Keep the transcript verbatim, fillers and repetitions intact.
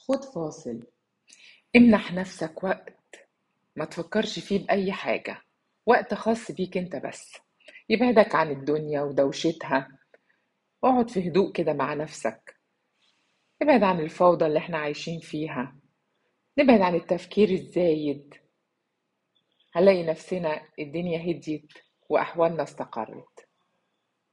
خد فاصل. امنح نفسك وقت ما تفكرش فيه بأي حاجة. وقت خاص بيك انت بس، يبعدك عن الدنيا ودوشتها. اقعد في هدوء كده مع نفسك. ابعد عن الفوضى اللي احنا عايشين فيها. نبعد عن التفكير الزايد. هنلاقي نفسنا الدنيا هديت وأحوالنا استقرت.